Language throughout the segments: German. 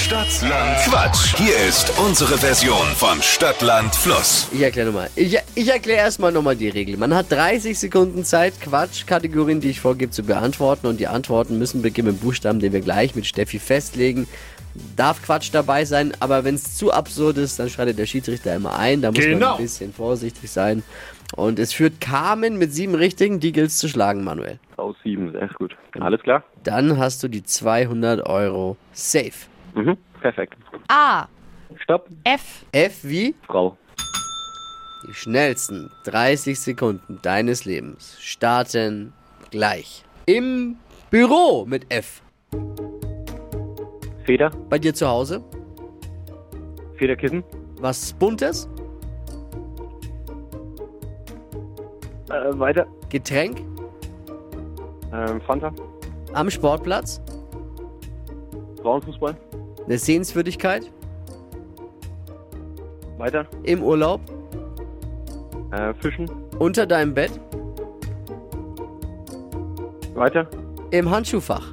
Stadtland Quatsch. Hier ist unsere Version von Stadtland Fluss. Ich erkläre nochmal. Ich erkläre erstmal nochmal die Regel. Man hat 30 Sekunden Zeit, Quatschkategorien, die ich vorgebe, zu beantworten. Und die Antworten müssen beginnen mit Buchstaben, den wir gleich mit Steffi festlegen. Darf Quatsch dabei sein, aber wenn es zu absurd ist, dann schreitet der Schiedsrichter immer ein. Da muss man ein bisschen vorsichtig sein. Und es führt Carmen mit 7 Richtigen. Die gilt es zu schlagen, Manuel. Aus 7, sehr gut. Alles klar? Dann hast du die 200 Euro safe. Mhm, perfekt. A. Stopp. F. F wie? Frau. Die schnellsten 30 Sekunden deines Lebens starten gleich. Im Büro mit F. Feder. Bei dir zu Hause? Federkissen. Was Buntes? Weiter. Getränk? Fanta. Am Sportplatz? Frauenfußball. Eine Sehenswürdigkeit? Weiter. Im Urlaub? Fischen. Unter deinem Bett? Weiter. Im Handschuhfach?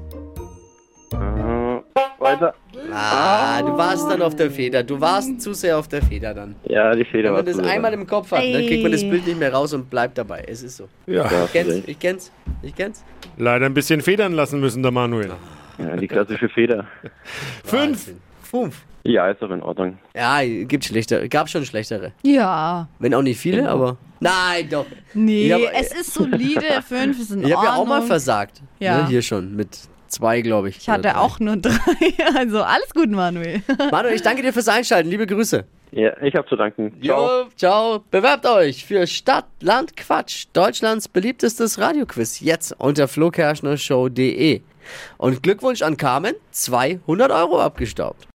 Weiter. Du warst dann auf der Feder. Du warst zu sehr auf der Feder dann. Ja, die Feder Wenn war man das zu einmal im Kopf hat, dann kriegt man das Ey. Bild nicht mehr raus und bleibt dabei. Es ist so. Ja, Ich kenn's. leider ein bisschen federn lassen müssen, der Manuel. Ja, die klassische Feder. 5. 5. Ja, ist doch in Ordnung. Ja, gab schon schlechtere. Ja. Wenn auch nicht viele, aber... Nein, doch. Nee, Ja, aber- es ist solide. 5 ist in Ich habe ja auch Ordnung. mal versagt. Ja. Ne, hier schon mit 2, glaube ich. Ich hatte Oder 3. auch nur 3. Also alles gut, Manuel. Manuel, ich danke dir fürs Einschalten. Liebe Grüße. Ja, ich hab zu danken. Ciao. Jo, ciao. Bewerbt euch für Stadt, Land, Quatsch. Deutschlands beliebtestes Radioquiz. Jetzt unter flokerschnershow.de. Und Glückwunsch an Carmen. 200 Euro abgestaubt.